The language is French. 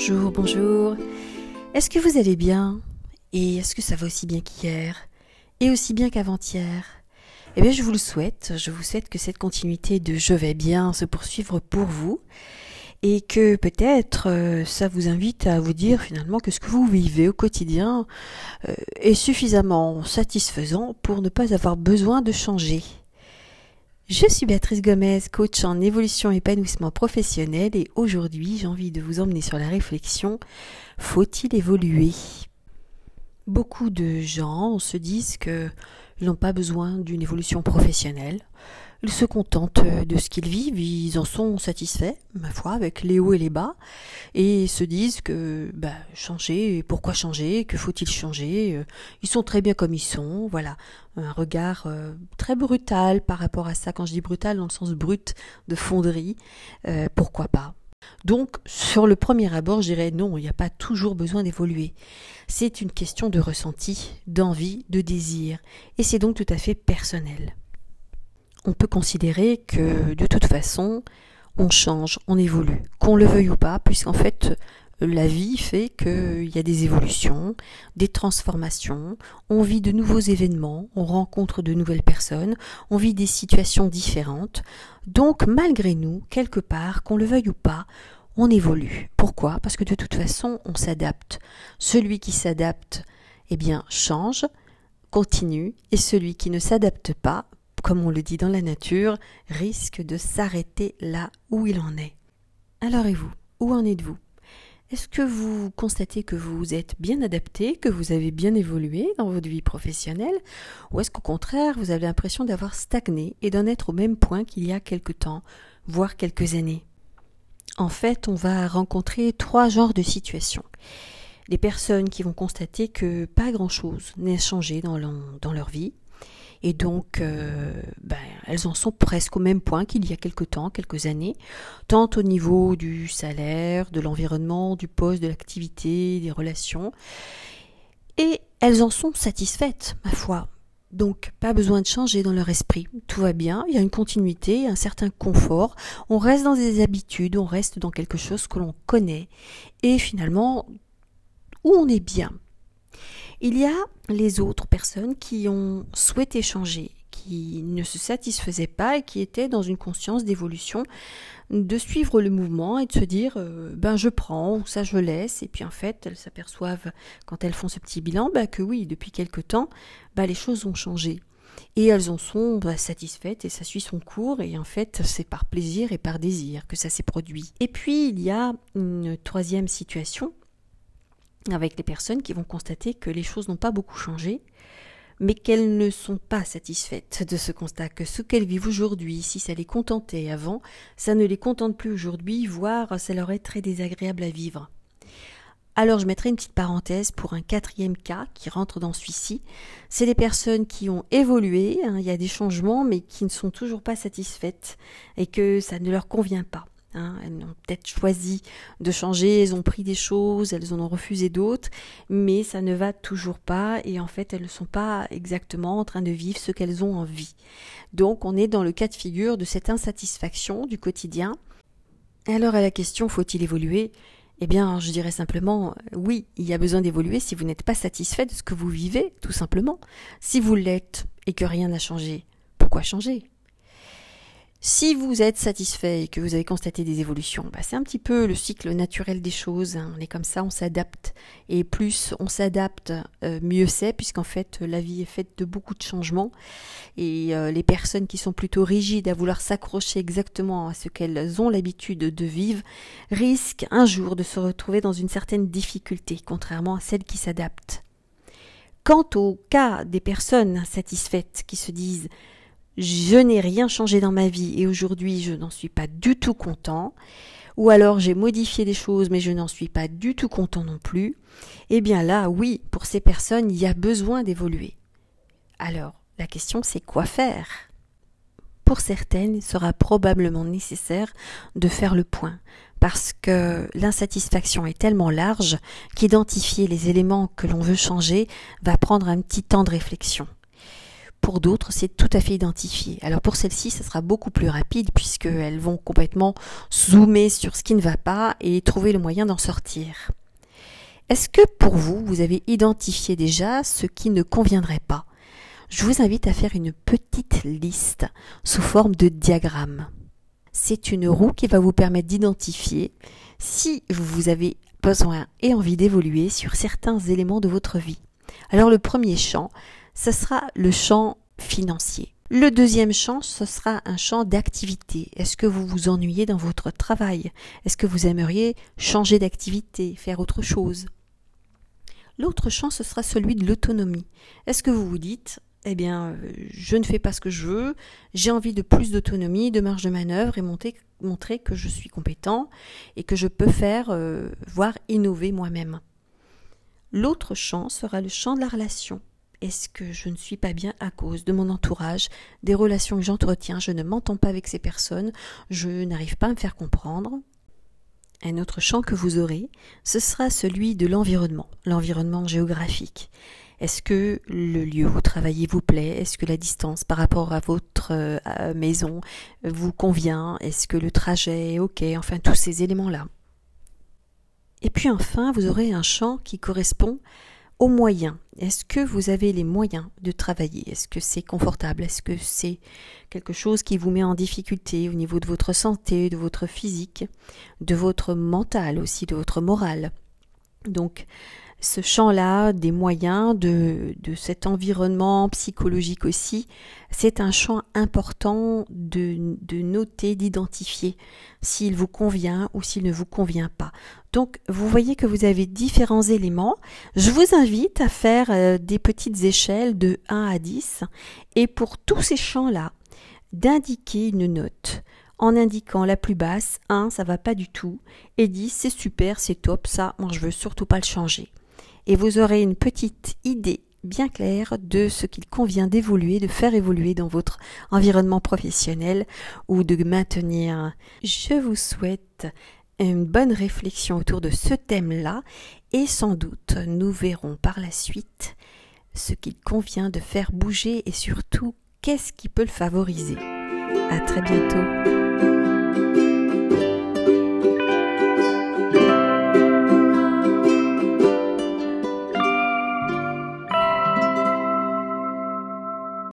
Bonjour, bonjour. Est-ce que vous allez bien? Et est-ce que ça va aussi bien qu'hier? Et aussi bien qu'avant-hier? Eh bien, je vous souhaite que cette continuité de je vais bien se poursuive pour vous et que peut-être ça vous invite à vous dire finalement que ce que vous vivez au quotidien est suffisamment satisfaisant pour ne pas avoir besoin de changer. Je suis Béatrice Gomez, coach en évolution et épanouissement professionnel et aujourd'hui j'ai envie de vous emmener sur la réflexion « Faut-il évoluer ?» Beaucoup de gens se disent qu'ils n'ont pas besoin d'une évolution professionnelle. Ils se contentent de ce qu'ils vivent, ils en sont satisfaits, ma foi, avec les hauts et les bas, et se disent que changer, pourquoi changer, que faut-il changer, ils sont très bien comme ils sont, voilà, un regard très brutal par rapport à ça, quand je dis brutal dans le sens brut de fonderie, pourquoi pas. Donc, sur le premier abord, je dirais non, il n'y a pas toujours besoin d'évoluer. C'est une question de ressenti, d'envie, de désir, et c'est donc tout à fait personnel. On peut considérer que de toute façon, on change, on évolue, qu'on le veuille ou pas, puisqu'en fait, la vie fait qu'il y a des évolutions, des transformations, on vit de nouveaux événements, on rencontre de nouvelles personnes, on vit des situations différentes. Donc, malgré nous, quelque part, qu'on le veuille ou pas, on évolue. Pourquoi ? Parce que de toute façon, on s'adapte. Celui qui s'adapte, change, continue, et celui qui ne s'adapte pas, comme on le dit dans la nature, risque de s'arrêter là où il en est. Alors et vous, où en êtes-vous ? Est-ce que vous constatez que vous êtes bien adapté, que vous avez bien évolué dans votre vie professionnelle, ou est-ce qu'au contraire, vous avez l'impression d'avoir stagné et d'en être au même point qu'il y a quelque temps, voire quelques années ? En fait, on va rencontrer 3 genres de situations. Les personnes qui vont constater que pas grand-chose n'est changé dans leur vie, et donc, elles en sont presque au même point qu'il y a quelque temps, quelques années, tant au niveau du salaire, de l'environnement, du poste, de l'activité, des relations. Et elles en sont satisfaites, ma foi. Donc, pas besoin de changer dans leur esprit. Tout va bien, il y a une continuité, un certain confort. On reste dans des habitudes, on reste dans quelque chose que l'on connaît. Et finalement, où on est bien. Il y a les autres personnes qui ont souhaité changer, qui ne se satisfaisaient pas et qui étaient dans une conscience d'évolution, de suivre le mouvement et de se dire je prends ou ça je laisse. Et puis en fait, elles s'aperçoivent quand elles font ce petit bilan que oui, depuis quelque temps, les choses ont changé. Et elles en sont satisfaites et ça suit son cours et en fait c'est par plaisir et par désir que ça s'est produit. Et puis il y a une 3e situation avec les personnes qui vont constater que les choses n'ont pas beaucoup changé, mais qu'elles ne sont pas satisfaites de ce constat, que ce qu'elles vivent aujourd'hui, si ça les contentait avant, ça ne les contente plus aujourd'hui, voire ça leur est très désagréable à vivre. Alors je mettrai une petite parenthèse pour un 4e cas qui rentre dans celui-ci. C'est les personnes qui ont évolué, il y a des changements, mais qui ne sont toujours pas satisfaites et que ça ne leur convient pas. Elles ont peut-être choisi de changer, elles ont pris des choses, elles en ont refusé d'autres, mais ça ne va toujours pas et en fait elles ne sont pas exactement en train de vivre ce qu'elles ont envie. Donc on est dans le cas de figure de cette insatisfaction du quotidien. Alors à la question faut-il évoluer ? Je dirais simplement oui, il y a besoin d'évoluer si vous n'êtes pas satisfait de ce que vous vivez, tout simplement. Si vous l'êtes et que rien n'a changé, pourquoi changer ? Si vous êtes satisfait et que vous avez constaté des évolutions, c'est un petit peu le cycle naturel des choses. On est comme ça, on s'adapte. Et plus on s'adapte, mieux c'est, puisqu'en fait, la vie est faite de beaucoup de changements. Et les personnes qui sont plutôt rigides à vouloir s'accrocher exactement à ce qu'elles ont l'habitude de vivre, risquent un jour de se retrouver dans une certaine difficulté, contrairement à celles qui s'adaptent. Quant au cas des personnes insatisfaites qui se disent « je n'ai rien changé dans ma vie et aujourd'hui je n'en suis pas du tout content » ou alors j'ai modifié des choses mais je n'en suis pas du tout content non plus, là oui, pour ces personnes il y a besoin d'évoluer. Alors la question c'est quoi faire ? Pour certaines, il sera probablement nécessaire de faire le point parce que l'insatisfaction est tellement large qu'identifier les éléments que l'on veut changer va prendre un petit temps de réflexion. Pour d'autres, c'est tout à fait identifié. Alors pour celles-ci, ça sera beaucoup plus rapide puisqu'elles vont complètement zoomer sur ce qui ne va pas et trouver le moyen d'en sortir. Est-ce que pour vous, vous avez identifié déjà ce qui ne conviendrait pas ? Je vous invite à faire une petite liste sous forme de diagramme. C'est une roue qui va vous permettre d'identifier si vous avez besoin et envie d'évoluer sur certains éléments de votre vie. Alors le premier champ, ce sera le champ financier. Le deuxième champ, ce sera un champ d'activité. Est-ce que vous vous ennuyez dans votre travail ? Est-ce que vous aimeriez changer d'activité, faire autre chose ? L'autre champ, ce sera celui de l'autonomie. Est-ce que vous vous dites, je ne fais pas ce que je veux, j'ai envie de plus d'autonomie, de marge de manœuvre et montrer que je suis compétent et que je peux faire, voire innover moi-même. L'autre champ sera le champ de la relation. Est-ce que je ne suis pas bien à cause de mon entourage, des relations que j'entretiens, je ne m'entends pas avec ces personnes, je n'arrive pas à me faire comprendre ? Un autre champ que vous aurez, ce sera celui de l'environnement géographique. Est-ce que le lieu où vous travaillez vous plaît ? Est-ce que la distance par rapport à votre maison vous convient ? Est-ce que le trajet est OK ? Enfin, tous ces éléments-là. Et puis enfin, vous aurez un champ qui correspond aux moyens. Est-ce que vous avez les moyens de travailler ? Est-ce que c'est confortable ? Est-ce que c'est quelque chose qui vous met en difficulté au niveau de votre santé, de votre physique, de votre mental aussi, de votre morale ? Donc, ce champ-là, des moyens, de cet environnement psychologique aussi, c'est un champ important de noter, d'identifier s'il vous convient ou s'il ne vous convient pas. Donc, vous voyez que vous avez différents éléments. Je vous invite à faire des petites échelles de 1 à 10 et pour tous ces champs-là, d'indiquer une note. En indiquant la plus basse, 1, ça va pas du tout, et 10, c'est super, c'est top, ça, moi je veux surtout pas le changer. Et vous aurez une petite idée bien claire de ce qu'il convient d'évoluer, de faire évoluer dans votre environnement professionnel ou de maintenir. Je vous souhaite une bonne réflexion autour de ce thème-là et sans doute nous verrons par la suite ce qu'il convient de faire bouger et surtout qu'est-ce qui peut le favoriser. À très bientôt.